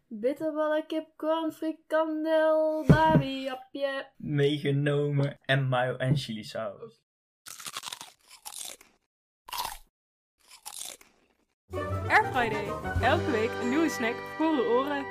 Bitterballen, kipcorn, frikandel, Barbie-appje. Meegenomen en mayo en chili saus. Air Friday. Elke week een nieuwe snack voor de oren.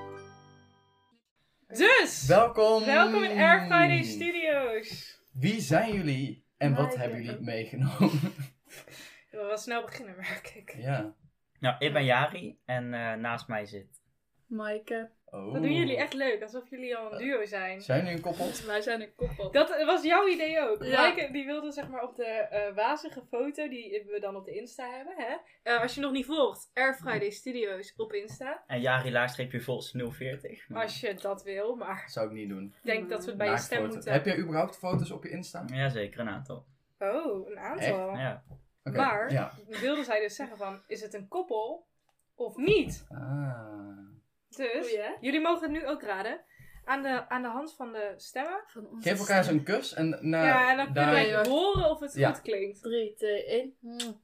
Dus, Welkom welkom in Air Friday Studios. Wie zijn jullie en wat Maaike. hebben jullie meegenomen? We wel snel beginnen, merk ik. Ja. Nou, ik ben Jari en naast mij zit... Maaike. Oh. Dat doen jullie echt leuk, alsof jullie al een duo zijn. Zijn jullie een koppel? Wij zijn een koppel. Dat was jouw idee ook. Ja. Maaike, die wilde zeg maar op de wazige foto die we dan op de Insta hebben. Hè? Als je nog niet volgt, Air Friday Studios op Insta. En Jari laagstreepje Vols 040. Maar... Als je dat wil, maar Zou ik niet doen. ik denk dat we het bij je stem Naaktfoto. moeten. Heb jij überhaupt foto's op je Insta? Jazeker, een aantal. Oh, een aantal. Ja. Oké, Maar Ja. wilde zij dus zeggen van, is het een koppel of niet? Ah. Dus, Goeie, hè? jullie mogen het nu ook raden. Aan de hand van de stemmen. Van onze Geef elkaar eens stem. een kus en na ja, en dan kunnen daar... wij wacht. horen of het Ja. goed klinkt. 3, 2, 1.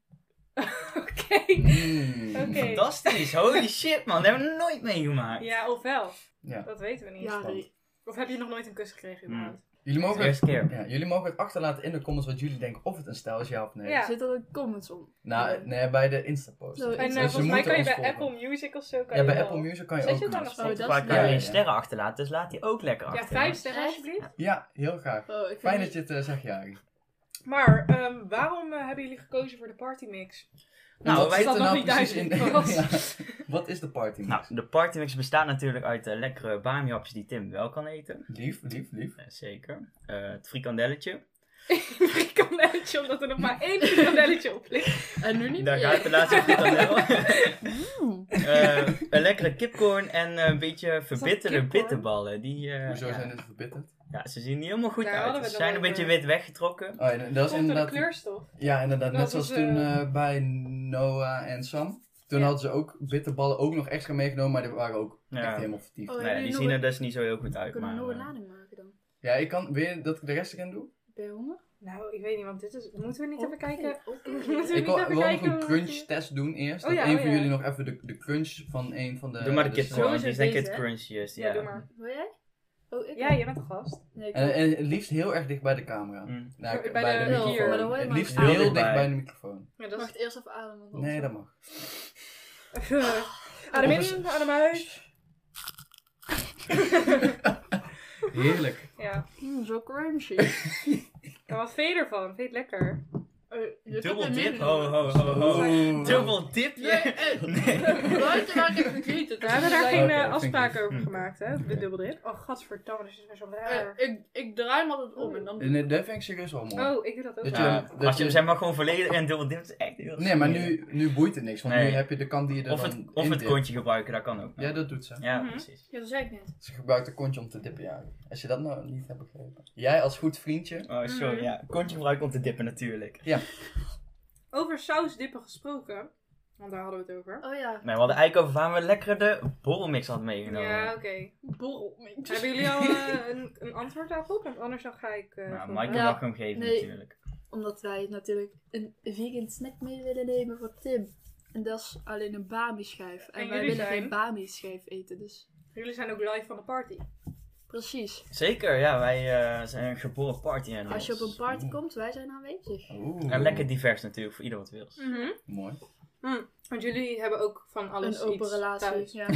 Oké. Oké. Fantastisch, holy shit man, dat hebben we nooit meegemaakt. Ja, ofwel. Ja. Dat weten we niet. Jari. Of heb je nog nooit een kus gekregen überhaupt? Jullie Dat is mogen, de eerste keer. ja, jullie mogen het achterlaten in de comments wat jullie denken of het een stijl is, ja of nee. Ja. Zit er een comments om? Nou, nee, bij de Insta-post. Zo, En Dus volgens mij moeten kan je ons bij volgen. Apple Music of zo kan Ja, je bij wel. Apple Music kan je Zet ook je het dan een nog Oh, steeds? dat Waar is kan je ja, alleen ja. sterren achterlaten, dus laat die ook lekker Ja, achter. 5 sterren Echt? alsjeblieft. Ja, heel graag. Oh, ik Fijn vind dat je het zegt, Jari. Maar, waarom hebben jullie gekozen voor de partymix? Nou, Wat wij zit dat er nog nou niet precies in? duidelijk was. Ja. Wat is de party? Nou, de partymix bestaat natuurlijk uit lekkere bami-hapjes die Tim wel kan eten. Lief, lief, lief. Zeker. Het frikandelletje. Frikandelletje, omdat er nog maar één frikandelletje op ligt. En nu niet Daar meer. gaat de laatste frikandel. Mm. Een lekkere kipcorn en een beetje verbitterde kipcorn? bitterballen. Die, Hoezo ja. zijn dit verbitterd? Ja, ze zien niet helemaal goed Daar hadden uit. we Ze het zijn een al beetje over. wit weggetrokken. Oh, ja, dat is Komt door de inderdaad... kleurstof. Ja, inderdaad. Dat Net zoals was, toen bij Noah en Sam. Toen Ja. hadden ze ook bitterballen ook nog extra meegenomen, maar die waren ook Ja. echt helemaal vertiefd. Oh, Nee, jullie die nog zien er een- dus niet zo heel goed uit. Kunnen we Maar, nog een lading maken dan? Ja, ik kan... Wil je dat ik de rest erin doe? Ben je honger? Nou, ik weet niet, want dit is... Moeten we niet even Oké, kijken? oké. Moeten we Ik niet wil even nog kijken een hoe crunch het- test doen eerst. Oh dat ja, een oh van ja. jullie nog even de crunch van een van de... Doe maar de de kipcorn, Sowieso die is denk ik deze, het hè? crunchiest. Ja, Ja, doe maar. Wil jij? Oh, ik Ja, jij bent de gast. Nee, ik En het liefst heel erg dicht bij de camera. Mm. Nou, Bij bij de- de hier. microfoon. Maar dan hoor je Het maar liefst heel heel dichtbij. dicht bij de microfoon. Ja, dat Wacht eerst even ademen. dan Nee, zo. dat mag. Adem in, adem uit. Heerlijk. Ja. Zo crunchy. En wat vind je ervan? Vind je het lekker? Dubbel dip? Ho, ho, ho, ho. Oh. Dubbel dipje? Nee. Buiten waar ik vergeten. We hebben daar geen Oké, vind ik afspraken goed. over gemaakt, hè? De dubbeldip. Oh, gadverdamme, dat is weer zo raar. Ik draai hem altijd om en dan... Nee, dat vind ik serieus wel mooi. Oh, ik doe dat ook. Dat wel. Ja, dat als je je- hem zeg maar gewoon volledig en dubbel dipt, is echt heel Nee, maar smerig. nu boeit het niks, want Nee. nu heb je de kant die je er Of dan het in het dipt. kontje gebruiken, dat kan ook. Ja, dat doet ze. Ja, Mhm. precies. Ja, dat zei ik net. Ze gebruikt een kontje om te dippen, ja. Als je dat nou niet hebt begrepen. Jij als goed vriendje. Oh, sorry, Mhm. ja. Kontje gebruiken om te dippen natuurlijk. Over sausdippen gesproken, want daar hadden we het over. Oh ja. Nee, we hadden eigenlijk over waar we lekker de borrelmix hadden meegenomen. Ja, oké. Borrelmix. Hebben jullie al een antwoord daarop? Want anders dan ga ik... Nou, voor Maaike vragen. Ja. mag hem geven Nee. natuurlijk. Omdat wij natuurlijk een vegan snack mee willen nemen voor Tim. En dat is alleen een bami-schijf. En, En wij jullie willen zijn? geen bami-schijf eten, dus... Jullie zijn ook live van de party. Precies. Zeker, ja. Wij zijn een geboren party animals. Als je op een party Oeh. komt, wij zijn aanwezig. Oeh. En lekker divers natuurlijk, voor ieder wat wil. Mooi. Want jullie hebben ook van alles Een open iets relatie. thuis. Ja.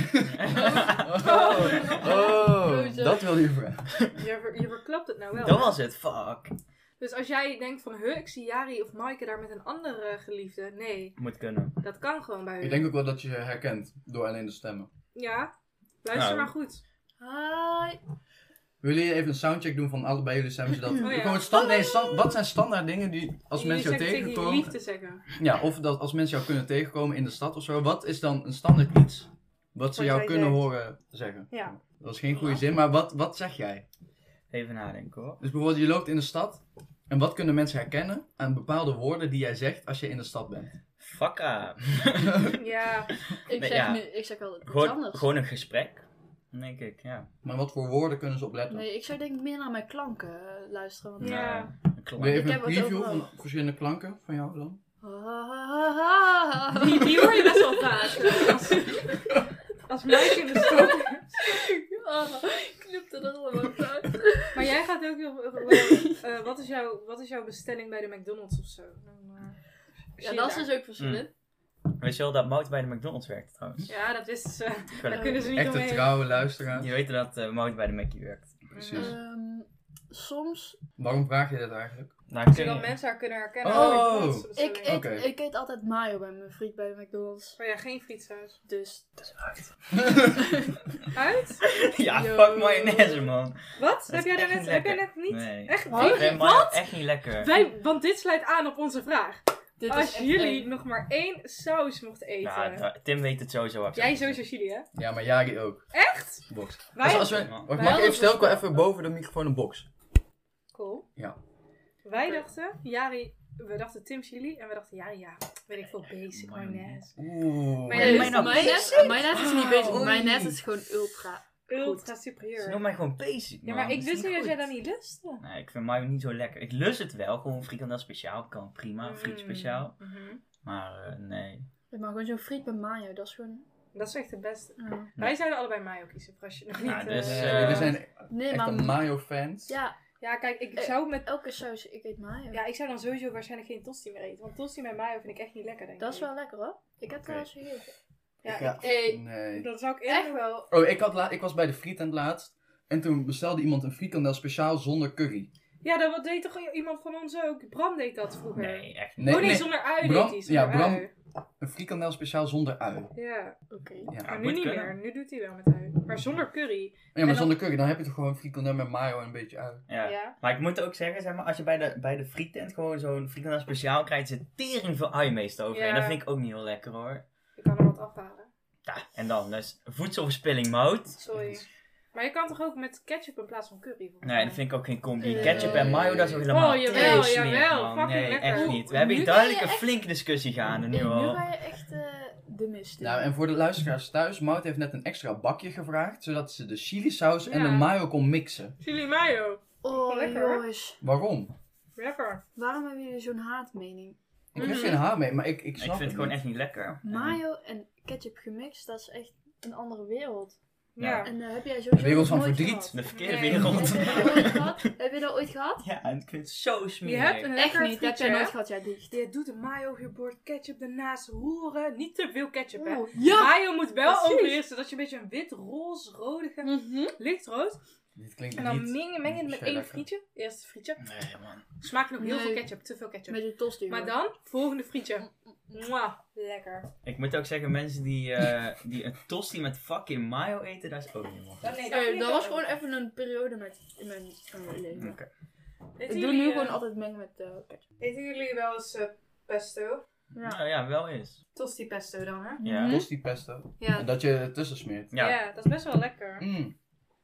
Oh, Sowieso. dat wil je vragen. Je verklapt het nou wel. Dat hè? was het, fuck. Dus als jij denkt van, ik zie Jari of Maaike daar met een andere geliefde. Nee, Moet kunnen. dat kan gewoon bij hun. Ik denk ook wel dat je ze herkent door alleen de stemmen. Ja, luister Nou. maar goed. Hi. Willen jullie even een soundcheck doen van allebei jullie stemmen? Zodat Oh ja. gewoon wat zijn standaard dingen die als Die mensen jou zeggen tegen je tegenkomen? liefde zeggen. Ja, of dat als mensen jou kunnen tegenkomen in de stad of zo. Wat is dan een standaard iets wat ze Wat jou jij kunnen zegt. horen zeggen? Ja. Dat is geen goede zin, maar wat zeg jij? Even nadenken hoor. Dus bijvoorbeeld je loopt in de stad. En wat kunnen mensen herkennen aan bepaalde woorden die jij zegt als je in de stad bent? Fakka. Ja, Ik zeg altijd iets anders. Gewoon een gesprek. Denk ik, ja. Maar wat voor woorden kunnen ze opletten? Nee, ik zou denk ik meer naar mijn klanken luisteren. Want... Ja. Klopt. Wil je Ik even heb een het preview overal. van verschillende klanken van jou dan? die hoor je best wel vaak. Als muisje in de stad. Knipte er allemaal uit. Maar jij gaat ook wat is jouw bestelling bij de McDonald's of zo? Ja, dat is dus ook verschillend. Weet je wel dat Mout bij de McDonald's werkt trouwens? Ja, dat wisten ze. Daar Gelukkig. kunnen ze niet Echte omheen. trouwe luisteraars. Je weet dat Mout bij de Mackie werkt. Precies. Soms... Waarom vraag je dat eigenlijk? Nou, Zodat mensen haar kunnen herkennen. Oh. McDonald's bestelling. Oké. Ik eet altijd mayo bij mijn friet bij de McDonald's. Oh ja, geen frietsaus. Dus... Uit? Ja, Yo. fuck mayonaise, man. Wat? Dat Heb jij is daar echt net, niet heb jij lekker. net niet? Nee. Echt? Wat? Ik vind mayo echt niet lekker. Want dit sluit aan op onze vraag. Dit Als is echt jullie eng. nog maar 1 saus mochten eten. Ja, Tim weet het sowieso af. Jij sowieso chili, hè? Ja, maar Jari ook. Echt? Box. Wij- Als we, Wij mag ik hadden even stel ik wel voorspeld. even boven de microfoon een box? Cool. Ja. Wij dachten, we dachten Tim chili en we dachten, ja, weet ik veel, basic mayonaise. Oeh. Maar Nee, ja, dus nou mayonaise is niet basic. Oei. Mayonaise is gewoon ultra. Ultra Ze superieur. noemen mij gewoon basic, man. Ja, maar ik Dat is wist niet dat goed. jij dat niet lustte. Nee, ik vind mayo niet zo lekker. Ik lust het wel, gewoon frikandel speciaal. Kan prima, friet speciaal. Mhm. Maar nee. Maar gewoon zo'n friet met mayo, dat is gewoon... Dat is echt het beste. Ja. Wij zouden allebei mayo kiezen, voor als je nog niet... Nou, dus, We zijn Nee, echte maar... mayo-fans. Ja, Ja, kijk, ik zou met... elke saus, ik eet mayo. Ja, ik zou dan sowieso waarschijnlijk geen tosti meer eten. Want tosti met mayo vind ik echt niet lekker, denk ik. Dat is wel lekker hoor. Ik heb het wel eens gegeten. Ja, Ja. Hey, Nee. dat zou ik echt echt wel. Oh, ik was bij de frietent laatst. En toen bestelde iemand een frikandel speciaal zonder curry. Ja, dat deed toch iemand van ons ook? Bram deed dat vroeger. Nee, echt niet. Nee, Oh nee, nee. zonder ui Bram- deed hij. Zonder ja, Bram- ui. Een frikandel speciaal zonder ui. Ja, Oké. Ja, maar nu moet niet kunnen. meer. Nu doet hij wel met ui. Maar zonder curry. Ja, maar dan- zonder curry, dan heb je toch gewoon frikandel met mayo en een beetje ui. Ja. Ja. Maar ik moet ook zeggen, zeg maar, als je bij de frietent gewoon zo'n frikandel speciaal krijgt, zit tering veel ui meestal over. Ja. En dat vind ik ook niet heel lekker hoor. Ik kan er wat afhalen. Ja, en dan, dus voedselverspilling Mout. Sorry. Maar je kan toch ook met ketchup in plaats van curry? volgens Nee, mij? dat vind ik ook geen combi. Eh. Ketchup en mayo, dat is ook helemaal Oh, jawel, tering smerig, jawel. man. Fucking Nee, lekker. echt niet. We hebben hier Nu duidelijk ga een je echt- flinke discussie gaande nu Hey, nu al. ga je echt de mist in. Nou, en voor de luisteraars thuis, Mout heeft net een extra bakje gevraagd, zodat ze de chilisaus en Ja. de mayo kon mixen. Chili mayo. Oh Lekker, hoor. jongens. Waarom? Lekker. Waarom hebben jullie zo'n haatmening? Ik heb Mhm. geen haar mee, maar ik Ik snap vind het gewoon niet. echt niet lekker. Mayo en ketchup gemixt, dat is echt een andere wereld. Ja. En heb jij De sowieso wereld van nooit verdriet. gehad. De verkeerde Nee. wereld. Heb je dat ooit gehad? Heb je dat ooit gehad? Ja, en ik vind het zo Je smerig. hebt een Echt lekker niet, dat heb frietje, jij nooit hè? gehad, ja dicht. Je doet de mayo over je bord, ketchup ernaast, roeren. Niet te veel ketchup, hè? Oeh, ja! Mayo moet wel Precies. overheersen, zodat je een beetje een wit, roze, rodige, Mhm. lichtrood. Dit klinkt En dan niet meng je het met zo één lekker. frietje. Eerst het frietje. Nee, man. Smaakt nog heel Nee. veel ketchup, te veel ketchup. Met je tosti. Maar hoor. dan, volgende frietje. Mwah, lekker. Ik moet ook zeggen, mensen die een tosti met fucking mayo eten, dat is ook niet mooi. Nee, Hey, dat was gewoon even een periode in mijn leven. Oké. Ik doe nu gewoon altijd mengen met ketchup. Eten jullie wel eens pesto? Ja. Nou ja, wel eens. Tosti pesto dan, hè? Ja. Mhm. Tosti pesto. Ja. En dat je ertussen smeert. Ja. Dat is best wel lekker. Mm.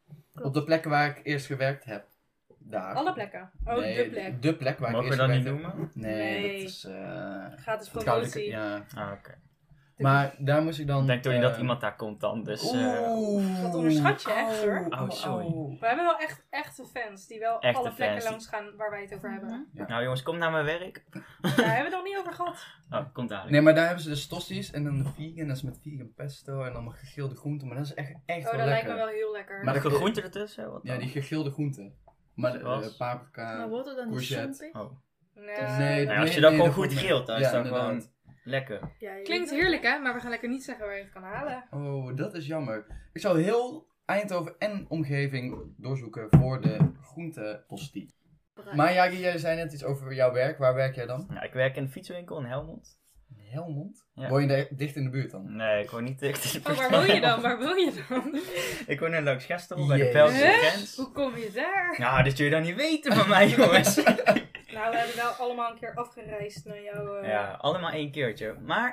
Op de plekken waar ik eerst gewerkt heb. Daar. Alle plekken. Oh, Nee, de plek. De plek waar Mogen ik we eerst dat niet gewerkt heb. noemen? Nee, Nee. dat is... Gratis dat promotie. ja. Ah, oké. Maar daar moest ik dan... Ik denk toch niet dat eh, iemand daar komt dan, dus... Oeh. Dat onderschat je echt, hoor. Oh, sorry. We hebben wel echt echte fans die wel Echte alle plekken fans. langs gaan waar wij het over hebben. Nou jongens, kom naar mijn werk. Daar hebben we het nog niet over gehad. Oh, komt dadelijk. Nee, maar daar hebben ze dus tosti's en dan de vegan, dat is met vegan pesto en dan gegrilde groenten, maar dat is echt Oh, wel dat lekker. lijkt me wel heel lekker. Maar Welke groenten ertussen? Wat Ja, dan? die gegrilde groenten. Maar Zoals? paprika... Maar wordt het dan niet courgette. zompig? Oh. Nee, Nou, als je nee, dat nee, gewoon dat goed valt mee. grilt, dan is Ja, dat inderdaad. gewoon lekker. Ja, je Klinkt weet heerlijk, hè? Maar we gaan lekker niet zeggen waar je het kan halen. Oh, dat is jammer. Ik zou heel Eindhoven en omgeving doorzoeken voor de groentetosti. het. Maar Jagi, jij zei net iets over jouw werk. Waar werk jij dan? Nou, ik werk in een fietswinkel in Helmond. In Helmond? Ja. Woon je daar dicht in de buurt dan? Nee, ik woon niet dicht in de Oh, buurt waar van woon je dan? Helmond. Waar woon je dan? Ik woon in Looksgestel, bij de Jezus. Belgische Hè? grens. Hoe kom je daar? Nou, dit zul je dan niet weten van mij, jongens. Nou, we hebben wel allemaal een keer afgereisd naar jouw... Ja, allemaal één keertje. Maar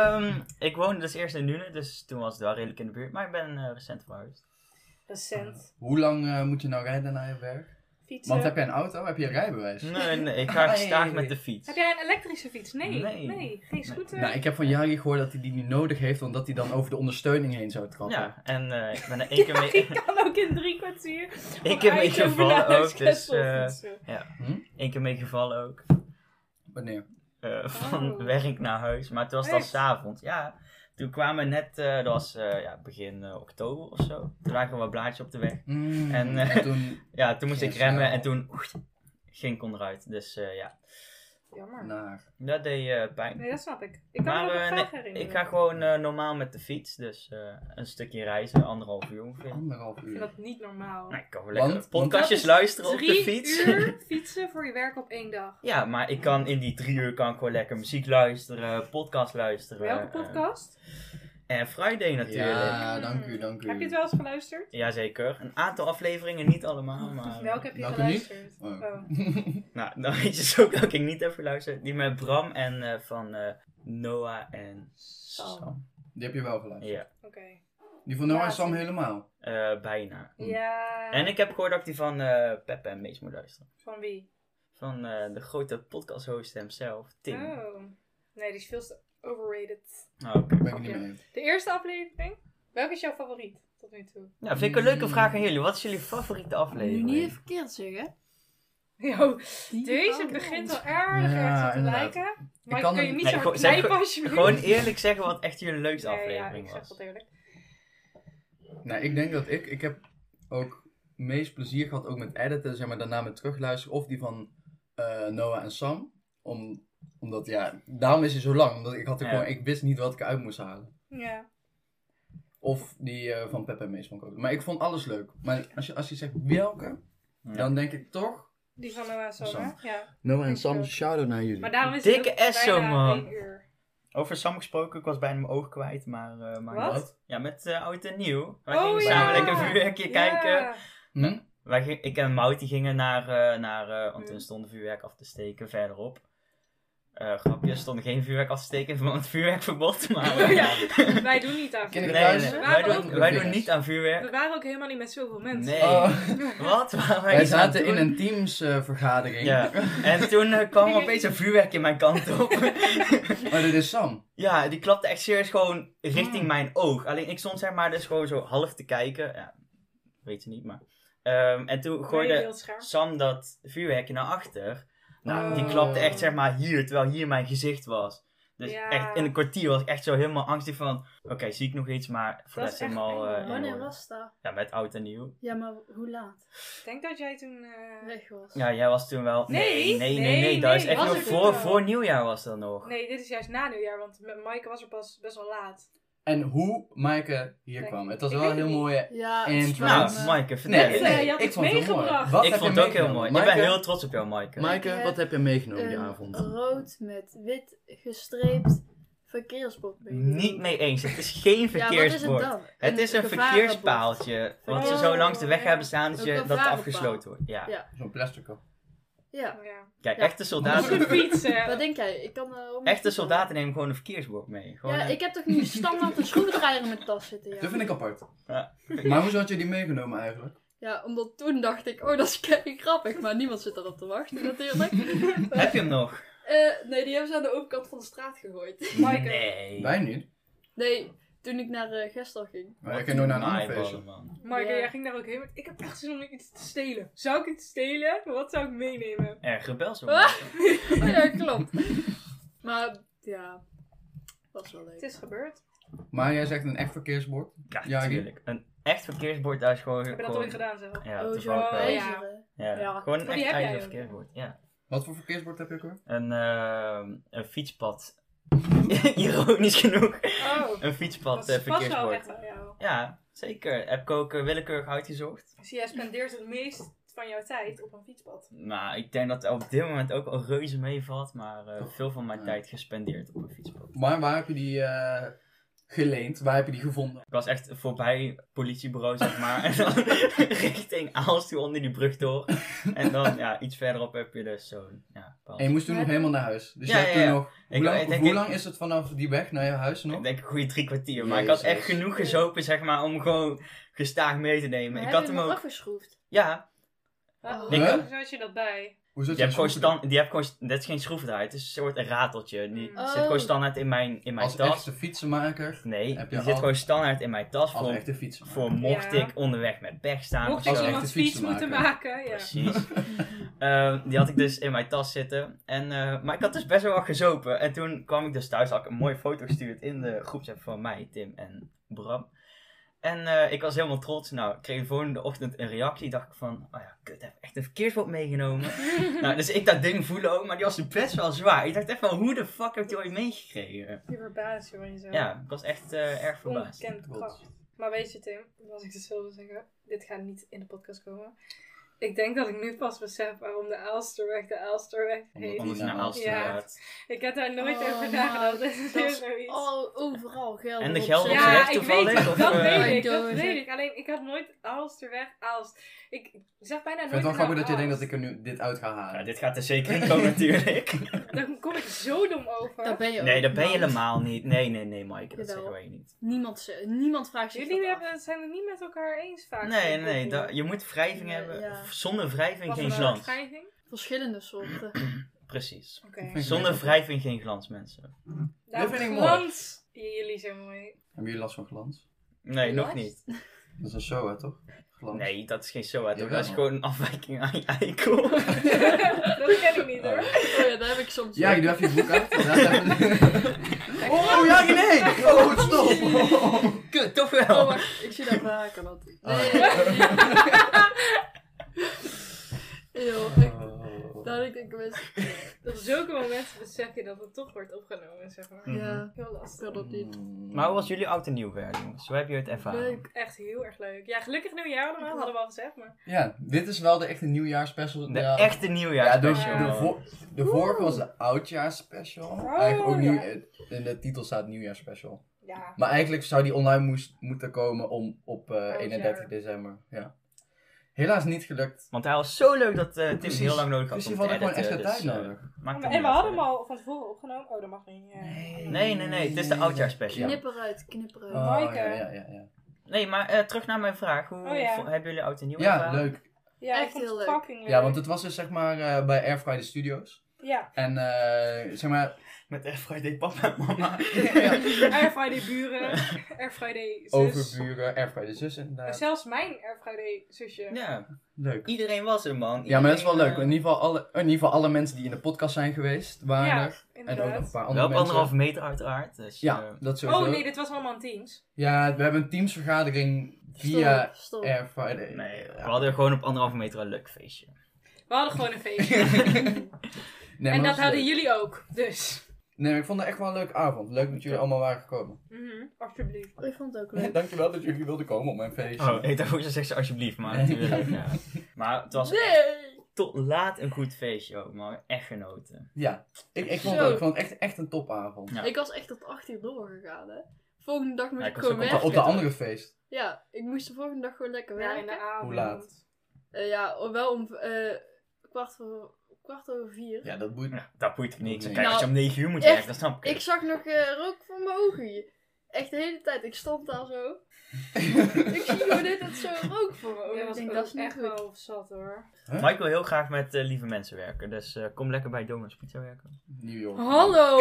ik woonde dus eerst in Nuenen, dus toen was het wel redelijk in de buurt. Maar ik ben recent verhuisd. Recent. Hoe lang moet je nou rijden naar je werk? Fietsen. Want heb jij een auto? Heb je een rijbewijs? Nee, ik ga gestaag Hey. met de fiets. Heb jij een elektrische fiets? Nee. Nee. Geen scooter? Nou, ik heb van Jari gehoord dat hij die niet nodig heeft, omdat hij dan over de ondersteuning heen zou trappen. Ja, en ik ben er één keer mee... Ik kan ook in 3 kwartier. Één keer mee gevallen ook, dus... fietsen. Eén keer mee gevallen ook. Wanneer? Van Oh. werk naar huis. Maar toen was het al Echt? 's avonds. Ja, Toen kwamen we net, dat was begin oktober of zo. Toen lagen er wat blaadjes op de weg. En toen... toen moest ik Yes, remmen nou. en toen ging ik onderuit. Dus Jammer. Naar... dat deed pijn. Nee, dat snap ik. Ik kan me nog Maar graag herinneren. ik ga gewoon normaal met de fiets. Dus een stukje reizen, 1,5 uur ongeveer. 1,5 Ik vind uur. dat niet normaal. Nou, ik kan wel lekker Want- podcastjes Dat is luisteren op de 3 fiets. uur fietsen voor je werk op 1 dag. Ja, maar ik kan in die 3 uur kan ik gewoon lekker muziek luisteren, podcast luisteren. Welke podcast? En Friday natuurlijk. Ja, dank u. Heb je het wel eens geluisterd? Jazeker. Een aantal afleveringen, niet allemaal, maar... Welke heb je welke niet? geluisterd? Oh. Oh. Nou, dan weet je zo dat ik niet heb geluisterd. Die met Bram en van Noah en Sam. Die heb je wel geluisterd. Ja, Oké. Die van Noah en Laatste. Sam helemaal. bijna. Ja. En ik heb gehoord dat ik die van Peppe en Mees moet luisteren. Van wie? Van de grote podcasthost hemzelf, Tim. Oh. Nee, die is veel te overrated. Oh, oké. Ben ik niet mee. De eerste aflevering? Welke is jouw favoriet tot nu toe? Nou, vind ik een leuke vraag aan jullie. Wat is jullie favoriete Nu aflevering? niet even verkeerd zeggen. Yo, Die deze van begint ons. wel erg Ja, erg te inderdaad. lijken. Maar kan kun je hem- niet Nee, zo gewoon- hard knijpen zeg- alsjeblieft? Gewoon eerlijk zeggen wat echt jullie leukste Nee, aflevering ja, ik zeg was. wat eerlijk. Nou, ik denk dat ik heb ook meest plezier gehad ook met editen, zeg maar, daarna met terugluisteren. Of die van Noah en Sam. Omdat, ja, daarom is hij zo lang. Omdat ik had er Ja. gewoon, ik wist niet wat ik eruit moest halen. Ja. Of die van Pep en Mees vond ik ook. Maar ik vond alles leuk. Maar als je zegt welke, Ja. dan denk ik toch... Die van Noah Sam, Sam. hè? Ja. Noah en Sam, shout-out naar jullie. Maar daarom is Dikke het ook Esso, bijna man. 1 uur. Over Sam gesproken, ik was bijna mijn oog kwijt, maar... Wat? Ja, met oud en nieuw. Wij Oh, gingen ja. samen lekker een vuurwerkje kijken. Ja. Hm? Ik en Mout die gingen want toen stond vuurwerk af te steken verderop. Grapje, er stond geen vuurwerk af te steken van het vuurwerkverbod, maar... Oh, ja. Wij doen niet aan Kinderen vuurwerk. thuis? We wij, waren doen, ook- wij doen niet aan vuurwerk. We waren ook helemaal niet met zoveel mensen. Nee. Oh. Wat? Waren Wij iets aan het zaten in doen? een teamsvergadering. Ja, en toen kwam er opeens een vuurwerkje mijn kant op. Maar dit is Sam. Ja, die klapte echt serieus gewoon richting mijn oog. Alleen ik stond zeg maar dus gewoon zo half te kijken. Ja, weet je niet, maar... en toen Nee, gooide heel scherp. Sam dat vuurwerkje naar achter. Nou, die Oh. klapte echt zeg maar hier, terwijl hier mijn gezicht was. Dus Ja. echt in een kwartier was ik echt zo helemaal angstig van... Oké, zie ik nog iets, maar voor Dat de is rest echt helemaal... eng, in Wanneer orde. was dat? Ja, met oud en nieuw. Ja, maar hoe laat? Ik denk dat jij toen... Weg was. Ja, jij was toen wel... Nee, nee. nee, Dat is nee, echt was nog er voor, toen wel. voor nieuwjaar was dat nog. Nee, dit is juist na nieuwjaar, want met Maaike was er pas best wel laat. En hoe Maaike hier Denk kwam. ik. Het was Ik wel weet een heel het mooie... Ja, En het Nou, spijt me. Maaike, vertel Nee, eens. nee, je had ik iets vond het heel mooi. meegebracht. Wat Ik heb vond je het ook heel mooi. meegenomen? Ik ben Maaike, heel trots op jou, Maaike. Maaike, wat heb je meegenomen die avond? rood met wit gestreept verkeersbord meegenomen. Niet mee eens. Het is geen Ja, wat is het verkeersbord. dan? Het is een gevarenbord. verkeerspaaltje. Wat ze Oh, zo langs de weg ja. hebben staan dat, Een dat het gevarenpaal. afgesloten wordt. Ja. Ja. Zo'n plastic kop. Ja. Ja. Kijk, Ja. echte Op soldaten... de fiets, Wat denk jij? Ik kan Echte soldaten nemen gewoon een verkeersbord mee. Gewoon Ja, een- ik heb toch niet standaard een schroevendraaier in mijn tas zitten, Dat ja. vind ik apart. Ja. Maar hoezo had je die meegenomen eigenlijk? Ja, omdat toen dacht ik, oh dat is kei grappig, maar niemand zit erop te wachten natuurlijk. Heb je hem nog? Nee, die hebben ze aan de overkant van de straat gegooid. Maaike. Nee. Wij niet. Nee, toen ik naar Gestel ging. Maar ik ging nog naar een ander Naaiballen, feestje. man. Maaike, Ja. jij ging daar ook heen. Ik heb echt zin om iets te stelen. Zou ik iets stelen? Wat zou ik meenemen? Erg rebels, Ah. man. Oh ja, klopt. Maar ja, was wel Het leuk. is gebeurd. Maar jij zegt een echt verkeersbord. Ja, Ja, natuurlijk. Een echt verkeersbord, daar is gewoon... Heb je dat gewoon- ooit gedaan zelf? Ja, Oh, zo toevallig wel. ijzeren. Ja. Ja. Gewoon een Oh, die echt heb jij ijzeren ook. verkeersbord. Ja. Wat voor verkeersbord heb je ook hoor? Een fietspad. Ironisch genoeg. Oh, Een fietspad dat past wel verkeersbord. echt aan jou. Ja, zeker. Heb ik ook willekeurig uitgezocht. Dus jij spendeert het meest van jouw tijd op een fietspad. Nou, ik denk dat het op dit moment ook al reuze meevalt, maar Toch? veel van mijn Ja. tijd gespendeerd op een fietspad. Maar waar heb je die geleend? Waar heb je die gevonden? Ik was echt voorbij politiebureau, zeg maar, en dan richting Aalst toe onder die brug door. En dan, ja, iets verderop heb je dus zo'n, ja, paal. En je moest toen nog helemaal naar huis. Dus Ja, je hebt ja, toen ja. nog... Hoe, Ik lang, denk hoe ik- lang is het vanaf die weg naar je huis nog? Ik denk een goede 3 kwartier, maar ik had echt Jezus. genoeg gezopen, zeg maar, om gewoon gestaag mee te nemen. Maar Ik heb had je hem hem ook, afgeschroefd? ja, Hoe Ik- zat je dat bij? Hoe zit Die heb je gewoon dat is geen schroevendraaier, het is een soort een rateltje. Die Oh. zit gewoon standaard in mijn Als tas. echte fietsenmaker. Nee, heb je die zit al- gewoon standaard in mijn tas Als voor, echte fietsenmaker. voor mocht Ja. ik onderweg met pech staan Mocht of ik zo. echt iemands fiets fiets te moeten maken, ja. Precies. Die had ik dus in mijn tas zitten. Maar ik had dus best wel wat gezopen. En toen kwam ik dus thuis, had ik een mooie foto gestuurd in de groepsapp van mij, Tim en Bram. En ik was helemaal trots. Nou, ik kreeg de volgende ochtend een reactie. Dacht ik van, oh ja, kut, ik heb echt een verkeersbord meegenomen. Nou, dus ik dat ding voelen ook, maar die was best wel zwaar. Ik dacht echt van, hoe de fuck heb ik die ooit meegekregen? Je verbaast je van jezelf. Ja, ik was echt erg verbaasd. Ongekend kracht. Maar weet je Tim, als ik dus wilde zeggen, dit gaat niet in de podcast komen. Ik denk dat ik nu pas besef waarom de Aalsterweg heet. Omdat het naar Aalster Ja. gaat. Ik heb daar nooit Oh, over nagedacht. maar Dat is dat weer is zoiets. overal geld. En de op Gelderse zich. weg Ja, ik toevallig, weet het. of, Dat I weet don't ik. know. Alleen, ik had nooit Aalsterweg, Aalst. Ik zeg bijna Ik nooit vind het wel grappig dat je denkt dat Aalst. ik er nu dit uit ga halen. Ja, dit gaat er zeker in komen natuurlijk. Dan kom ik zo dom over. Daar ben je Nee, ook, dat ben je man. helemaal niet. Nee, Maaike, dat Jawel. zeggen wij niet. Niemand vraagt zich Jullie dat af. zijn het niet met elkaar eens vaak. Nee, je moet wrijving Nee, hebben. ja. Zonder wrijving Wat geen voor glans. wrijving? Verschillende soorten. Precies. Oké. Zonder wrijving geen glans, mensen. Nou, vind ik mooi. glans. Jullie zijn mooi. Hebben jullie last van glans? Nee, nog Last? niet. Dat is een show, hè, toch? Glans. Nee, dat is geen SOA, toch? Jawel. Dat is gewoon een afwijking aan je eikel. Dat ken ik niet hoor. Oh ja, daar heb ik soms. Ja, je doet even je boek uit. Oh, ja, nee! Oh, stop! Kut, toch Oh, wel. wacht, ik zie dat vaker. Dat... Oh. Eeuw, daar had ik best. Op zulke momenten besef je dat het toch wordt opgenomen, zeg maar. Mhm. Ja, Heel ik lastig. wil dat niet. Maar hoe was jullie oud en nieuw werk, jongens? Hoe heb je het ervaren? Leuk. Echt heel erg leuk. Ja, gelukkig nieuwjaar allemaal, hadden we al gezegd, maar... Ja, dit is wel de echte nieuwjaarsspecial. De Ja. echte Ja, nieuwjaarsspecial. de vorige was de oudjaarsspecial. Oh, Eigenlijk ook ja. in de titel staat nieuwjaarsspecial. Ja. Maar eigenlijk zou die online moeten komen op 31 Oudjaar. december. Ja. Helaas niet gelukt. Want hij was zo leuk dat Tim Precies. heel lang nodig had Dus om die te hadden gewoon editen. extra tijd dus, nodig. maakt En niet we uit. hadden hem al van tevoren opgenomen. Oh, dat mag niet. Nee, het is de oudjaarsspecial. Ja. Knip eruit, knip eruit. Oh, Maaike. ja. Nee, maar terug naar mijn vraag. Hoe Oh, ja. hebben jullie oud en nieuw Ja, ervaren? leuk. Ja, ik Echt vond heel het leuk. fucking leuk. Ja, want het was dus zeg maar bij Air Friday Studios. Ja, En zeg maar... Met Air Friday papa en mama. ja, Air Friday buren, Air Friday zus. overburen, Air Friday zus En inderdaad. zelfs mijn Air Friday zusje. Ja, Leuk. iedereen was er, man. Ja, maar dat is wel Iedereen, leuk. In ieder geval alle mensen die in de podcast zijn geweest, waren Ja, er. En ook nog inderdaad. een paar Wel andere op mensen. 1,5 meter uiteraard. Dus, Ja, dat sowieso. Oh nee, dit was allemaal in Teams. Ja, we hebben een teamsvergadering via Stop. Air Friday. Nee, we Ja. hadden gewoon op 1,5 meter een leuk feestje. We hadden gewoon een feestje. Nee, En maar dat is hadden leuk. jullie ook, dus. Nee, maar ik vond het echt wel een leuke avond. Leuk dat jullie allemaal waren gekomen. Alsjeblieft. Ik vond het ook leuk. Dankjewel dat jullie wilden komen op mijn feestje. Oh, ik dacht hoe ze zegt ze alsjeblieft, maar Nee. natuurlijk. Ja. Maar het was echt Nee! tot laat een goed feestje ook, man. Echt genoten. Ja, ik vond Zo. het ook. Ik vond het echt een topavond. Ja. Ik was echt tot 8 uur doorgegaan, hè. Volgende dag moest Ja, ik ik was gewoon ook op werken. Op de andere feest. Ja, ik moest de volgende dag gewoon lekker Ja, in werken. de avond. Hoe laat? Ja, wel om kwart over 4. Ja, dat boeit me. Ja, dat boeit niks. Nee. Kijk, als je om 9 uur moet echt, werken, dat snap ik. Ik zag nog rook van mijn ogen. Echt de hele tijd. Ik stond daar zo. Ik zie gewoon dit zo rook voor mijn ogen. Dat Ik was denk, ook dat is niet echt goed. wel zat hoor. Mike wil heel graag met lieve mensen werken, dus kom lekker bij Donuts Pizza werken. New York. Hallo!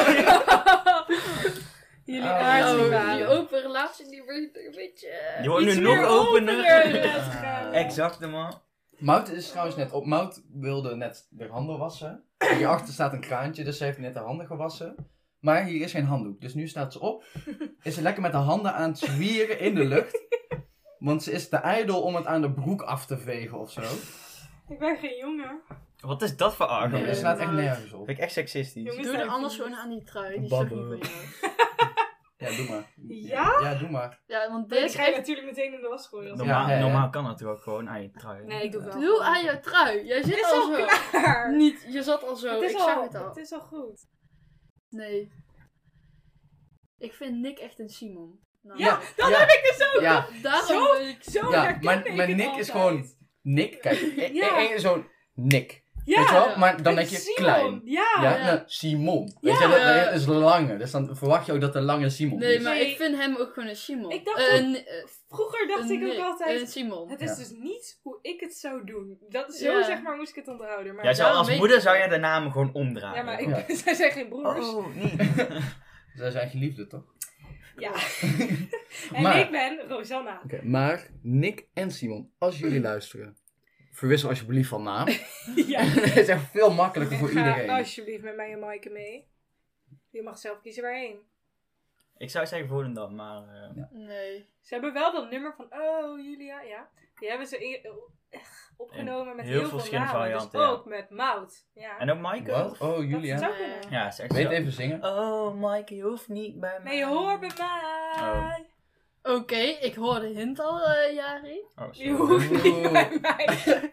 Jullie Oh, Oh, aardsrivalen. die open relatie die wordt een beetje... Die wordt nu Iets nog meer opener. laten gaan. Exact, man. Mout is trouwens net op. Mout wilde net de handen wassen. Hierachter staat een kraantje, dus ze heeft net de handen gewassen. Maar hier is geen handdoek. Dus nu staat ze op. Is ze lekker met de handen aan het zwieren in de lucht. Want ze is te ijdel om het aan de broek af te vegen of zo. Ik ben geen jongen. Wat is dat voor Nee, argument? dat Dat slaat echt nergens op. vind ik echt seksistisch. Jongens, Doe er zijn anders vies. gewoon aan die trui. Die is toch niet Babbe. van jou. Ja, doe maar. Ja? Ja, doe maar. Ja, want Ik dit ga je natuurlijk meteen in de was gooien. als- Normaal, Ja, ja. normaal kan het ook gewoon aan je trui. Nee, ik doe het wel. Doe aan jouw trui. Jij Het zit is al al zo. klaar. Niet, je zat al zo. Het is Ik zag al, het al. het is al goed. Nee. Ik vind Nick echt een Simon. Nou, Ja, Dat ja, heb ik dus ook. ja, Daarom Zo- ben ik... Zo ja. herken Maar ik Nick het is altijd. gewoon Nick. Kijk, Ja. zo'n Nick. Ja. Weet je wel? Maar dan denk je Simon. klein. Ja. Ja, Ja. nou, Simon. Ja. Weet je, dat is lange. Dus dan verwacht je ook dat de lange Simon Nee, is. maar Nee. ik vind hem ook gewoon een Simon. Ik dacht een, Vroeger dacht ik ook een altijd... Simon. Het is Ja. dus niet hoe ik het zou doen. Dat, zo Ja. zeg maar moest ik het onthouden. Maar Jij zou daarom als weet moeder ik zou het. jij de namen gewoon omdraaien. ja, maar Ja. zij zijn geen broers. Oh, niet. Zij zijn geliefde, toch? Ja. En Maar- ik ben Rosanna. Oké, maar Nick en Simon, als jullie luisteren, verwissel alsjeblieft van naam. Ja. Het is echt veel makkelijker En voor ga iedereen. alsjeblieft met mij en Maaike mee. Je mag zelf kiezen waarheen. Ik zou zeggen Volendam, maar... Nee. Ze hebben wel dat nummer van, oh Julia, ja. Die hebben ze opgenomen met heel heel veel veel verschillende namen. varianten, Dus ja. ook met Mout. Ja. En ook Maaike? Wat? Oh, Dat Julia. zou kunnen. Ja, is echt Weet zo. even zingen. Oh, Maaike, je hoeft niet bij mij. Nee, je hoort bij mij. Oké, ik hoor de hint al, Jari. Oh, Je sorry. hoort niet Oeh. bij mij.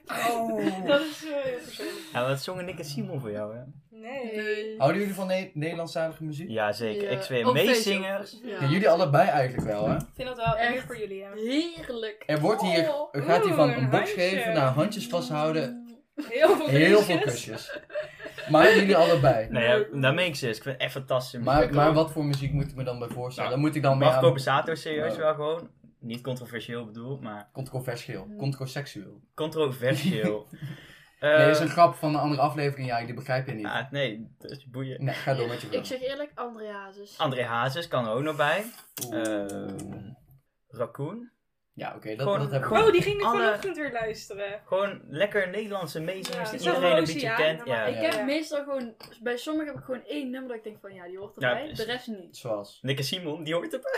Oh. Dat is heel persoonlijk. Ja, wat zongen Nick en Simon voor jou, hè? Nee. Houden jullie van Nederlandstalige muziek? Ja, zeker. Ja. Ik zweer, Op meezingen. Facebook. Ja, jullie allebei eigenlijk wel, hè? Ik vind dat wel Echt. erg voor jullie, hè. Heerlijk. Er wordt hier, Oh. gaat hij van Oeh, een een box handje. geven naar handjes vasthouden. Heel veel Heel kusjes. veel kusjes. Maar jullie allebei. Nee, ja, dat meen ik serieus. Ik vind het echt fantastisch. Maar wat voor muziek moet ik me dan bij voorstellen? Nou, Dan moet ik dan mee Marco aan... Borsato serieus Ja. wel gewoon. Niet controversieel bedoeld, maar Controversieel. Controseksueel. controversieel. Nee, dat is een grap van een andere aflevering. Ja, die begrijp je niet. Nee, dat is boeien. Nee, ga door met je Ik vraag. zeg eerlijk, André Hazes. André Hazes kan er ook nog bij. Oeh. Raccoon. Ja, oké, Gewoon- dat heb ik. Oh, die ging ik Alle- vanochtend weer luisteren. Gewoon lekker Nederlandse meezingers Ja, die zo iedereen een Rosie, beetje ja. kent. Ja, Ja. maar Ik Ja. heb meestal gewoon, bij sommigen heb ik gewoon één nummer dat ik denk van ja, die hoort Ja, erbij. is- De rest niet. Zoals. Nick en Simon, die hoort erbij.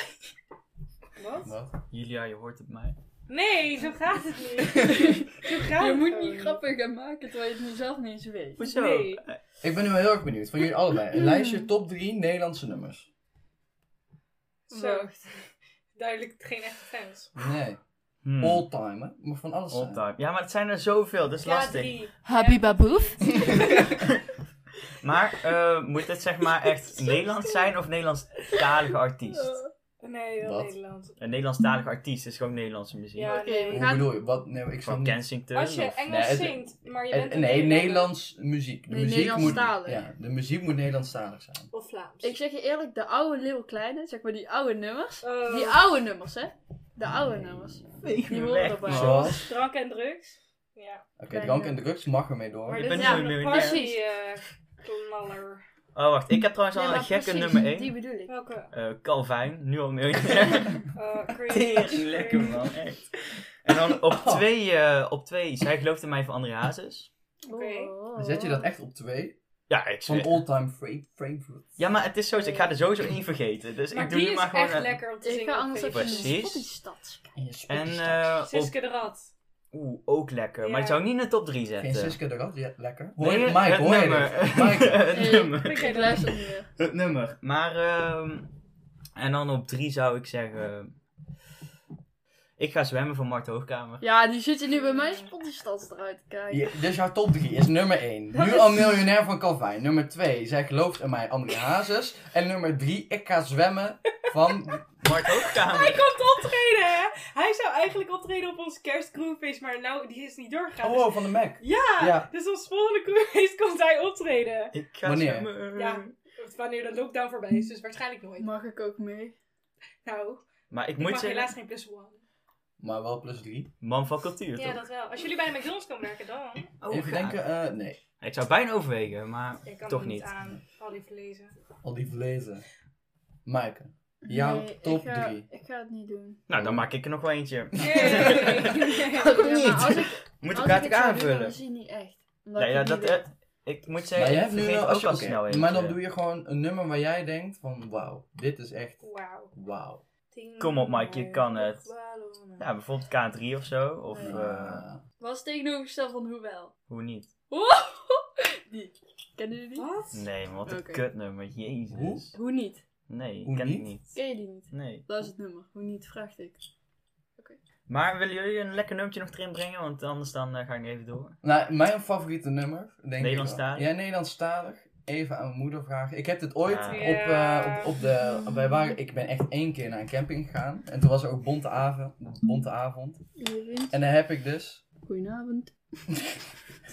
Wat? Wat? Julia, je hoort het mij. Nee, zo gaat het niet. Zo gaat Je het moet gewoon niet grappig gaan maken terwijl je het nu zelf niet eens weet. Hoezo? Nee. Ik ben nu wel heel erg benieuwd. Van jullie allebei. Een lijstje top 3 Nederlandse nummers. Zo. Duidelijk geen echte fans. Nee. Hmm. All time, hè? Maar van alles All zijn. time. Ja, maar het zijn er zoveel, dat is lastig. K3. Habiba Boef. Maar moet het zeg maar echt Nederlands zijn of Nederlandstalige artiest? Nee, wel Wat? Nederland. Een Nederlandstalige artiest is gewoon Nederlandse muziek. Ja, Oké, nee. we Hoe gaan- bedoel je? Wat? Nee, ik snap Van niet. Kensington. Als je of- Engels Nee, het- zingt, maar je bent een Nee, Nederlander. Nederlands muziek. De Nee, muziek moet, Nederlandstalig. ja, de muziek moet Nederlandstalig zijn. Of Vlaams. Ik zeg je eerlijk, de oude Leeuw Kleine, zeg maar die oude nummers. Oh. Die oude nummers, hè? De oude nummers. Die horen weg, erbij. man. Zoals? Drank en drugs. Ja. Oké, drank en drugs mag ermee door. Maar Ik dit ben is nu een een miljonair. party Precies. knaller. Oh, wacht. Ik heb trouwens al Nee, een maar gekke precies, nummer 1. Die bedoel ik. Welke? Calvijn, nu al miljonair. Tering lekker, man. Echt. En dan op twee, Zij gelooft in mij van André Hazes. Oké. Oh. Zet je dat echt op 2? Ja, ik Van zweer. all time Frankfurt. Ja, maar het is zo, ik ga er sowieso één vergeten. Dus Maar ik doe die nu is maar gewoon... echt een- lekker om te Ik zingen ga op anders feestjes. even in Precies. Spotify. En op... Siske de Rat. Ook lekker. Maar Ja. die zou ik niet in de top 3 Geen zetten. Siske de Rat? Ja, lekker. Nee, Hoor je, Mike, het hoor je nummer. dit? Mike. Het Nee. nummer. Ik luister niet meer. Het nummer. Maar, en dan op 3 zou ik zeggen... Ik ga zwemmen van Mart Hoogkamer. Ja, die zit je nu bij mij Spotify eruit te kijken. Ja, dus jouw top 3 is nummer 1. Nu al miljonair van Calvijn. Nummer 2, zij gelooft in mij, André Hazes. En nummer 3, ik ga zwemmen van... Mart Hoogkamer. Hij komt optreden, hè? Hij zou eigenlijk optreden op ons kerstcrewfeest, maar nou, die is niet doorgegaan. Oh, van de Mac. Ja, Ja. dus ons volgende crewfeest komt hij optreden. Ik ga Wanneer? zwemmen. Ja, wanneer de lockdown voorbij is, dus waarschijnlijk nooit. Mag ik ook mee? Nou, Maar ik ik moet mag helaas zeggen... geen plus one. Maar wel plus 3. Man van cultuur, Ja, toch? dat wel. Als jullie bij de McDonald's komen werken, dan. Oh, Even graag. denken, nee. Ik zou bijna overwegen, maar Ik kan toch er niet niet. aan. Al die verlezen. Al die verlezen. Maaike, jouw Nee, top ik ga, 3. Ik ga het niet doen. Nou, dan maak ik er nog wel eentje. Nee. Ja, niet? maar als ik, Moet als elkaar ik toch het zou doen, aanvullen? dan zie je niet echt. Omdat Nee, ik ja, het dat... niet weet. ik moet Maar zeggen, je ik hebt nu vergeet wel... ook al oké, snel eentje. maar dan doe je gewoon een nummer waar jij denkt van... Wauw, dit is echt... Wauw. Wauw. Kom op, Mike, je kan het. Ja, bijvoorbeeld K3 of zo. Of Wat is het tegenovergesteld van hoewel? hoe niet? Die. Kennen jullie die? Wat? Nee, maar wat een Oké. kutnummer. Jezus. Hoe niet? Nee, Hoe ken ik niet? niet. Ken je die niet? Nee. Dat is het nummer. Hoe niet, vraagt ik. Maar willen jullie een lekker nummertje nog erin brengen? Want anders dan ga ik nog even door. Nou, mijn favoriete nummer, denk ik Nederlandstalig? wel. Ja, Nederlandstalig. Even aan mijn moeder vragen. Ik heb dit ooit Ja. op de... ik ben echt 1 keer naar een camping gegaan. En toen was er ook bonte avond. En dan heb ik dus... Goedenavond.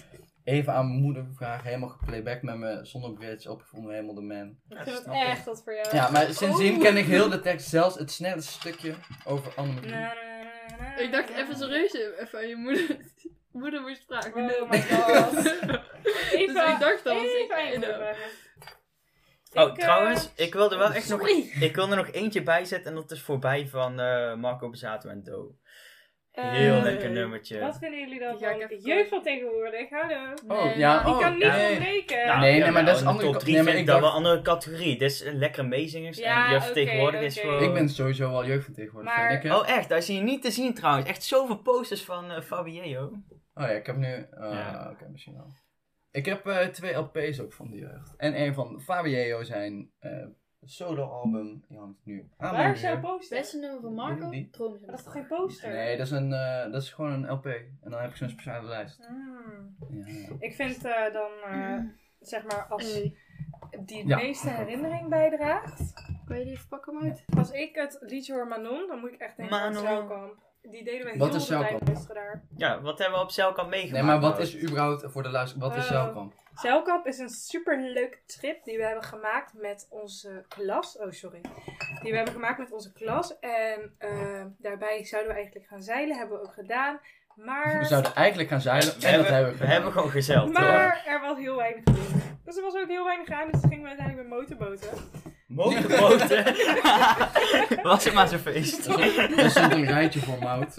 even aan mijn moeder vragen. Helemaal geplayback met me zonder bridge opgevonden. Helemaal de man. Ik Ja, vind het snap ik. echt wat voor jou. Ja, maar sindsdien ken ik heel de tekst. Zelfs het snelle stukje over Annemarie. Ik dacht even serieus even aan je moeder moest vragen. Oh my god. Even, Dus ik dacht dat was even ik. eindelijk. Oh, trouwens, ik wilde wel echt nog... Sorry. Ik wil er nog eentje bij zetten en dat is voorbij van Marco Bazzato en Do. Heel lekker nummertje. Wat vinden jullie dan Die ga ik van even jeugd van tegenwoordig? Hallo. Oh, ja. Die Oh, kan niet ja. ontbreken. Nou, Nee, maar dat is in de andere top 3 nee, maar vind ik ik dat wel dacht- een andere categorie. Dit is een lekkere meezingers Ja, en jeugd oké, tegenwoordig is oké. gewoon... Ik ben sowieso wel jeugdvertegenwoordiger. Maar- Ik heb... Oh echt, daar zie je niet te zien trouwens. Echt zoveel posters van Fabio. Oh ja, ik heb nu... Ja. Oké, misschien wel. Ik heb 2 LP's ook van de jeugd. En een van Fabio zijn solo-album. Die hangt nu aan Waar mijn is jouw muur. poster? Beste nummer van Marco, Die? Dromen zijn Dat is toch bestaan. geen poster? Nee, dat is gewoon een LP. En dan heb ik zo'n speciale lijst. Hmm. Ja. Ik vind dan, zeg maar, als Hey, die het Ja. meeste herinnering bijdraagt. kan je die even pakken, uit? Als ik het liedje hoor Manon, dan moet ik echt denken aan Manon. Zeilkamp. Die deden we Wat heel is de tijd Zeilkamp? luisteren daar. Ja, wat hebben we op Zeilkamp meegemaakt? Nee, maar wat trouwens? is überhaupt voor de luister... Wat is Oh. Zeilkamp? Zeilkamp is een superleuke trip die we hebben gemaakt met onze klas. Oh, sorry. Die we hebben gemaakt met onze klas. En daarbij zouden we eigenlijk gaan zeilen. Hebben we ook gedaan. Maar... We zouden eigenlijk gaan zeilen. We En dat hebben we we gedaan. hebben gewoon gezeild. hoor. Maar er was heel weinig wind. Dus er was ook heel weinig aan. Dus toen gingen we uiteindelijk met motorboten. Motorboten. Was het maar zo'n feest. Er stond een rijtje voor Mout.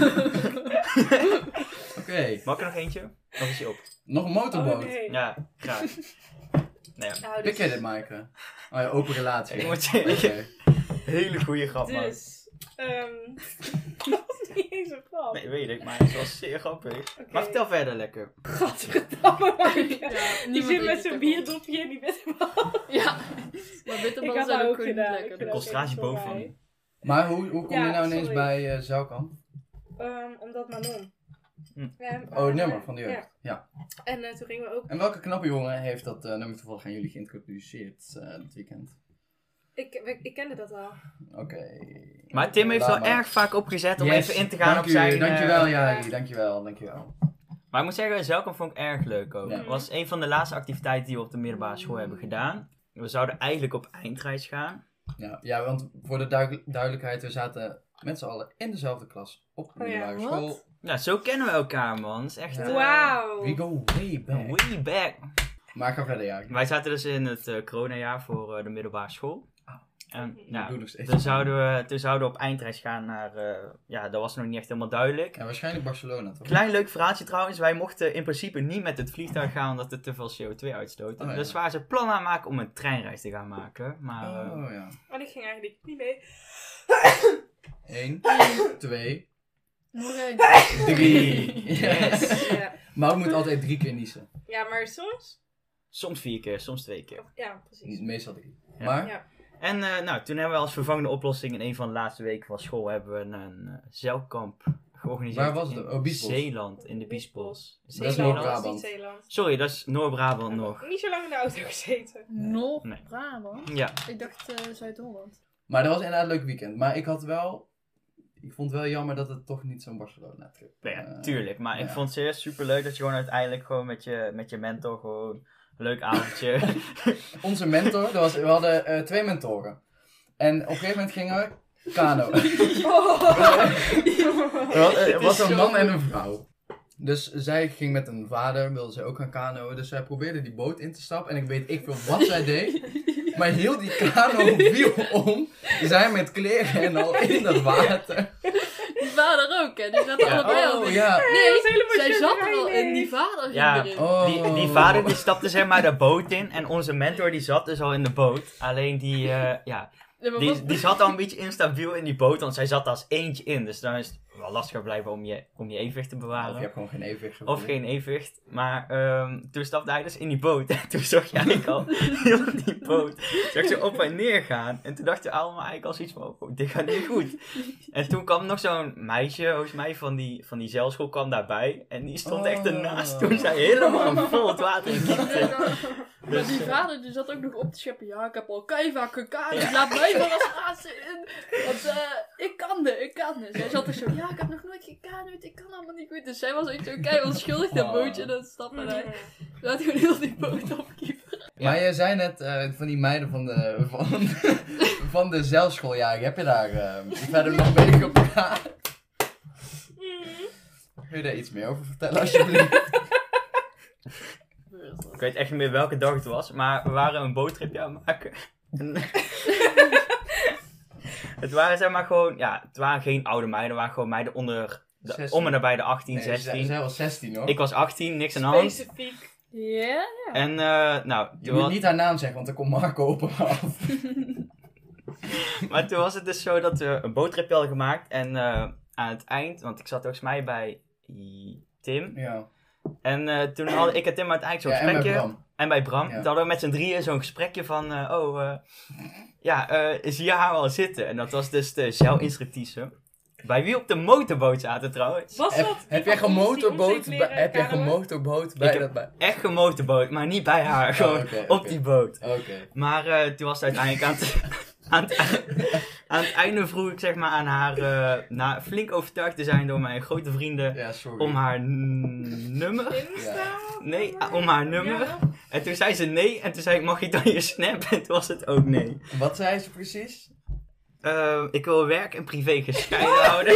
Oké, Mag ik er nog eentje? Of is die op? nog een motorboot. Oh, nee. Ja, graag. Nee, Nou, Pik jij dit, Maaike? Oh ja, open relatie. ik moet zeggen, Oké. hele goede grap, man. Dus, dat was niet eens een grap. Nee, weet ik, maar het was zeer grappig. Oké. Maar vertel verder lekker. Gadverdamme, Maaike. Ja, Die zit met zijn bierdopje en die bitterbal. Ja, maar Ik bitterballen had zijn dat ook ook gewoon niet gedaan. lekker. Ik De vind concentratie dat echt boven. voorbij. Maar hoe kom Ja, je nou ineens sorry. bij Zeilkamp? Omdat Manon. Hm. Oh, het nummer van de jeugd. Ja. En toen gingen we ook... En welke knappe jongen heeft dat nummer toevallig aan jullie geïntroduceerd dit weekend? Ik kende dat al. Oké. Maar Tim heeft Laat wel maar. erg vaak opgezet om Yes, even in te gaan dank op u, zijn... Dankjewel, ja. Jari. Dankjewel. Maar ik moet zeggen, Zeilkamp vond ik erg leuk ook. Ja. Het was een van de laatste activiteiten die we op de middelbare school hebben gedaan. We zouden eigenlijk op eindreis gaan. Ja, want voor de duidelijkheid, we zaten met z'n allen in dezelfde klas op de Oh ja, middelbare wat? school. Ja, zo kennen we elkaar, man. Het is echt... Ja. Wauw. We go way back. Way back. Maar ga verder, Jari. Wij zaten dus in het coronajaar voor de middelbare school. Ah. En Ik ja, doe nog steeds. toen zouden we op eindreis gaan naar... ja, dat was nog niet echt helemaal duidelijk. Ja, waarschijnlijk Barcelona, toch? Klein leuk verhaaltje trouwens. Wij mochten in principe niet met het vliegtuig gaan omdat het te veel CO2 uitstoot. Oh, ja. Dus waren ze plan aan het maken om een treinreis te gaan maken. Maar Oh ja. Maar ik ging eigenlijk niet mee. 1, 2, Nog één. 3. Yes. Ja. Maar we moeten altijd 3 keer niezen. Ja, maar soms... soms 4 keer, soms 2 keer. Ja, precies. Meestal 3. Ja. Maar, Ja. En nou, toen hebben we als vervangende oplossing in een van de laatste weken van school hebben we een zeilkamp georganiseerd. Waar was het? in Oh, Biesbos. Zeeland, in de Biesbos. Dat is Zeeland, Zeeland. dat is niet Zeeland. Sorry, dat is Noord-Brabant nog. Niet zo lang in de auto gezeten. Nog Nee. Brabant? Ja, Ik dacht Zuid-Holland. maar dat was inderdaad een leuk weekend. Maar ik vond het wel jammer dat het toch niet zo'n Barcelona-trip ja, tuurlijk. Maar ik ja. vond het serieus super leuk dat je gewoon uiteindelijk gewoon met je mentor gewoon een leuk avondje. Onze mentor, we hadden 2 mentoren. En op een gegeven moment gingen we kano. Er was een man en een vrouw. Dus zij ging met een vader, wilde zij ook gaan kanoën. Dus zij probeerde die boot in te stappen. En ik weet ik veel wat zij deed. Maar heel die kano viel om. Zij met kleren en al in dat water. Die vader ook, hè? Die zaten Ja. allebei al Oh in. ja. Nee, zij zij zat er al in. Die vader ging Ja. erin. Oh. Die vader die stapte zeg maar de boot in en onze mentor die zat dus al in de boot. Alleen die, ja, Nee, maar wat- die zat al een beetje instabiel in die boot, want zij zat als eentje in. Dus dan is het wel lastiger blijven om je evenwicht te Of bewaren. je hebt gewoon geen evenwicht. Of geen evenwicht. Maar toen stapte hij dus in die boot. En toen zag je eigenlijk al heel die boot. Zag ze op en neer gaan. En toen dachten we allemaal eigenlijk al zoiets van, oh, dit gaat niet goed. En toen kwam nog zo'n meisje, volgens mij van die zeilschool, kwam daarbij. En die stond echt ernaast toen zij helemaal vol het water in liep. Maar die vader die zat ook nog op te scheppen. Ja, ik heb al keivak gekaaid. Laat mij maar als laatste in. Want ik kan dit. Zij zat er zo, ja, ik heb nog nooit gekanoed, ik kan allemaal niet goed. Dus zij was ook zo keihard onschuldig, dat bootje, dat stappen. En hij laat gewoon heel die boot opkiepen. Maar je zei net van die meiden van de zelfschooljaar. Heb je daar verder nog mee op elkaar? Kun je daar iets meer over vertellen alsjeblieft? Ik weet echt niet meer welke dag het was, maar we waren een boottripje aan het maken. Het waren zeg maar gewoon, ja, het waren geen oude meiden, het waren gewoon meiden onder, om en nabij de 18, Nee, 16. Zij was 16 hoor. Ik was 18, niks aan de hand. Specifiek. Ja? En nou, Je toen moet was, niet haar naam zeggen, want dan komt Marco op hem af. maar toen was het dus zo dat we een boottripje hadden gemaakt. En aan het eind, want ik zat volgens mij bij Tim. Ja. En toen hadden ik en Tim uiteindelijk zo'n Ja, en bij gesprekje. Bram. En bij Bram. Ja. Toen hadden we met z'n drieën zo'n gesprekje van, zie je haar wel zitten? En dat was dus de zeilinstructrice. Bij wie op de motorboot zaten trouwens. Was dat? Heb jij gemotorboot bij Ik dat bij? Echt een motorboot, maar niet bij haar. Gewoon oké, op oké. die boot. Oké. Maar toen was het uiteindelijk aan het einde vroeg ik zeg maar aan haar, na flink overtuigd te zijn door mijn grote vrienden, Ja, sorry. om haar nummer. Insta? Nee, om haar nummer. Ja. En toen zei ze nee. En toen zei ik, mag ik dan je snap? En toen was het ook nee. Wat zei ze precies? Ik wil werk en privé gescheiden houden.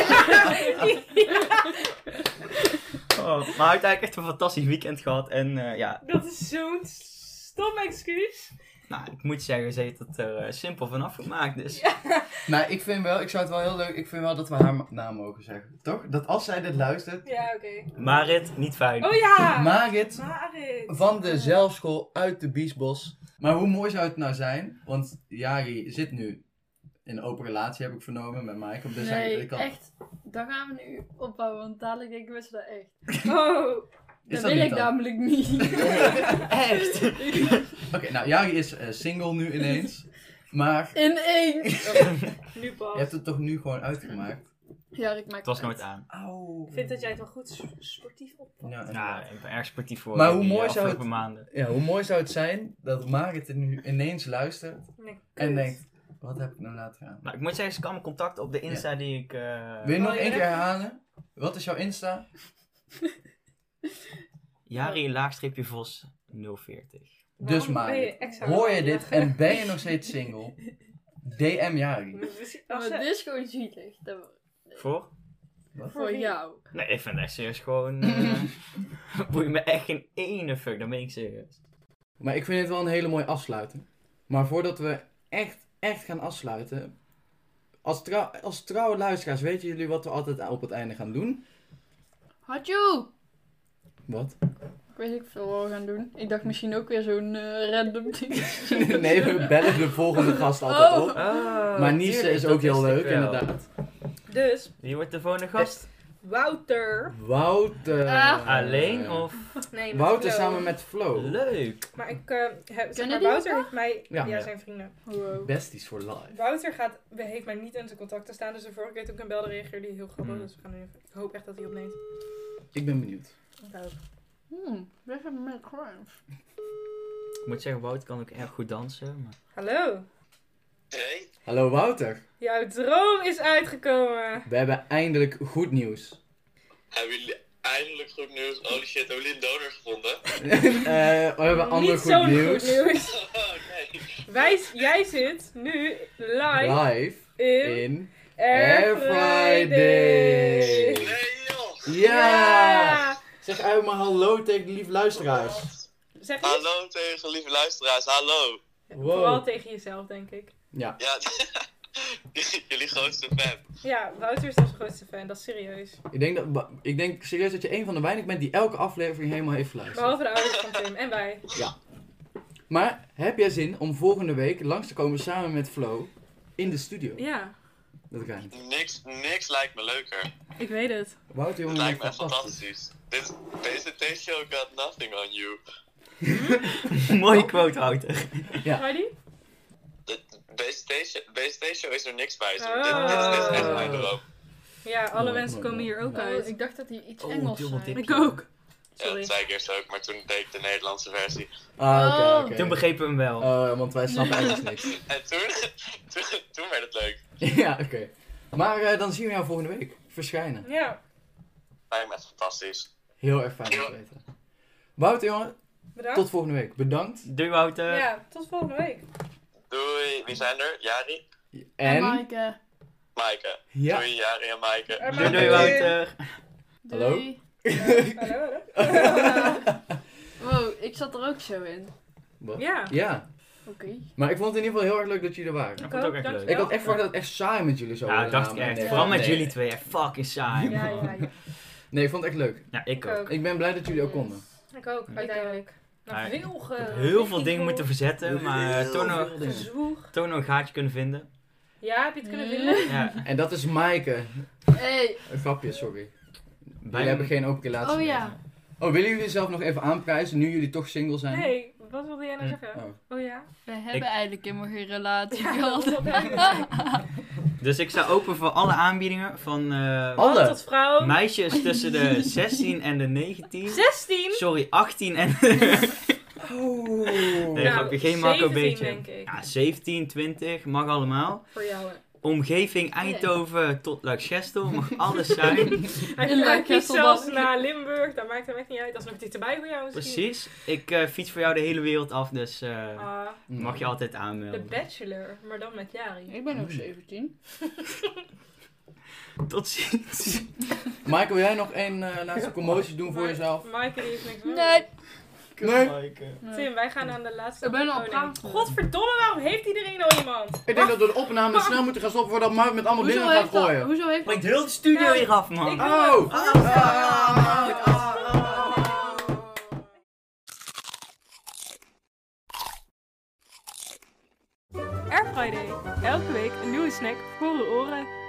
Maar uiteindelijk echt een fantastisch weekend gehad. En ja, Dat is zo'n stom excuus. nou, ik moet zeggen, ze heeft het er simpel vanaf gemaakt. Dus. Nou, ik zou het wel heel leuk, ik vind wel dat we haar naam mogen zeggen. Toch? Dat als zij dit luistert, Ja, oké. Marit, niet fijn. Oh ja! Marit Marit. van de zelfschool uit de Biesbos. Maar hoe mooi zou het nou zijn? Want Jari zit nu in een open relatie, heb ik vernomen, met Maaike. Dus Nee, echt. Dat gaan we nu opbouwen, want dadelijk denken we ze dat echt. Oh. Is Dat dat wil niet ik dan? namelijk niet. Echt? Oké, nou Jari is single nu ineens. Maar Ineens. Nu je pas. hebt het toch nu gewoon uitgemaakt? Ja, ik maak Het was het nooit uit. aan. Auw. Ik vind dat jij het wel goed sportief opvat. Ja, Ja, ik ben erg sportief voor Maar hoe die mooi zou afgelopen het- maanden. Ja, hoe mooi zou het zijn dat Marit er nu ineens luistert Nee, en kut. denkt, wat heb ik nou laten gaan? Nou, ik moet zeggen, ze kan me contact op de Insta die ik... Wil je nog Oh, één ja. keer herhalen? Wat is jouw Insta? Jari-Vos 040. Dus Waarom ben je Marit, extra hoor je lang dit lachen? en ben je nog steeds single? DM Jari. Maar Als dit ze- is gewoon zielig. Voor? Voor jou. Nee, ik vind het echt serieus gewoon... boeit me echt geen ene fuck, dan ben ik serieus. Maar ik vind het wel een hele mooie afsluiting. Maar voordat we echt gaan afsluiten. Als trouwe luisteraars, weten jullie wat we altijd op het einde gaan doen? Hadjoe! Wat? Ik weet niet veel wat we gaan doen. Ik dacht misschien ook weer zo'n random ding. Nee, we bellen de volgende gast altijd Oh. op. Oh, Maar Nice tuurlijk, is ook dat heel wist ik leuk, wel. inderdaad. Dus, Wie wordt de volgende gast? Wouter. Wouter. Alleen of... Nee, met Wouter Flo. samen met Flo. Leuk. Maar ik heb, zeg Kennen maar, die Wouter elkaar? heeft mij... Ja. Ja, zijn vrienden. Wow. Besties for life. Wouter heeft mij niet in zijn contacten staan. Dus de vorige keer toen ik hem belde reageerde hij heel grappig. Dus we gaan nu even... Ik hoop echt dat hij opneemt. Ik ben benieuwd. Ik ook. We hebben met crimes. Ik moet zeggen, Wout kan ook erg goed dansen. Maar... Hallo. Hey, Hallo Wouter. Jouw droom is uitgekomen. We hebben eindelijk goed nieuws. hebben jullie eindelijk goed nieuws? Holy shit, hebben jullie een donor gevonden? We hebben ander Niet goed zo'n nieuws. goed nieuws. Oh nee. Jij zit nu live Live in in Air Friday. Nee joh! Ja! Zeg uit maar hallo tegen de lieve luisteraars. Zeg eens. Hallo tegen lieve luisteraars, hallo. Vooral Wow. tegen jezelf, denk ik. Ja. Ja, jullie grootste fan. Ja, Wouter is onze grootste fan, dat is serieus. Ik denk serieus dat je een van de weinigen bent die elke aflevering helemaal heeft geluisterd. Behalve de ouders van Tim en wij. Maar heb jij zin om volgende week langs te komen samen met Flo in de studio? Ja, Dat rijmt. Niks lijkt me leuker. ik weet het. Wouter, Het jongen, lijkt me echt echt fantastisch. Deze show got nothing on you. Mooie quote, Wouter. Ja. Hoor je die? Deze show is er niks bij. Zo. Oh. Dit is echt mijn droom. Ja, alle Mooi, mensen mooi, komen hier ook Oh, uit. ik dacht dat hij iets Oh, Engels dubbel zei. dip. Ik ook. Ja, Sorry. dat zei ik eerst ook, maar toen deed ik de Nederlandse versie. Ah, oké, Oh. oké. Toen begrepen we hem wel. Oh, want wij snappen eigenlijk niks. En toen werd het leuk. Ja, oké. Maar dan zien we jou volgende week. verschijnen. Ja, Lijkt me echt fantastisch. Heel erg fijn om te weten. Wouter, jongen, bedankt. tot volgende week. Bedankt. Doei Wouter. Ja, tot volgende week. Doei. Wie zijn er? Jari? En En, Maaike. Maaike. ja, Doei Jari en Maaike. En Doei, Maaike. Wouter. Hallo? Doei. Hallo, hallo. Wow, ik zat er ook zo in. Wat? Ja. Ja, Oké. maar ik vond het in ieder geval heel erg leuk dat jullie er waren. Ik vond het ook echt Dank leuk. je Ik had echt verwacht dat het echt saai met jullie zou Ja, worden. dacht ik namelijk. echt. Nee, Vooral met nee. jullie twee. Echt fucking saai. Ja, man. ja, ja. Nee, ik vond het echt leuk. Ja, ik ook. Ik ben blij dat jullie ook konden. Ik ook, uiteindelijk. Nou, Ja, veel Ik heb heel veel dingen moeten verzetten, maar Heel toch nog, veel dingen. gezwoeg. toch nog een gaatje kunnen vinden. Ja, heb je het kunnen vinden? Ja, En dat is Maaike. Hey. Een grapje, sorry. Jullie bij hebben geen open relatie Oh meer. ja. Oh, willen jullie zelf nog even aanprijzen, nu jullie toch single zijn? Nee, wat wilde jij nou zeggen? Oh. Oh ja? We hebben eigenlijk helemaal geen relatie Ja, gehad. dat wel. Dus ik sta open voor alle aanbiedingen van Alle? Man tot vrouw. meisjes tussen de 16 en de 19. 16? Sorry, 18 en... Oh. Nee, grapje, geen Marco 17 Beetje. denk ik. Ja, 17, 20, mag allemaal. Voor jou. Hè. Omgeving Eindhoven tot Luik-Gestel, mag alles zijn. Hij In fietst Luik-Gestel zelfs dan. naar Limburg, dat maakt hem echt niet uit. Dat is nog dichterbij voor jou misschien. Precies. Ik fiets voor jou de hele wereld af, dus Ah, mag je altijd de aanmelden. Bachelor, maar dan met Jari. Ik ben nog 17. Tot ziens. Michael, wil jij nog één laatste commotie doen voor jezelf? Maaike die heeft niks meer. Nee. Nee. Tim, wij gaan aan de laatste. Ik ben al Oh, nee. praten. Godverdomme, waarom heeft iedereen al iemand? Ik denk dat we de opname snel moeten gaan stoppen voordat Mark met allemaal Hoezo dingen gaat heeft dat? gooien. Hoezo heeft dat? Maakt heel de studio Ja, hier af, man. ik- Oh! Air Friday. Elke week een nieuwe snack voor uw oren.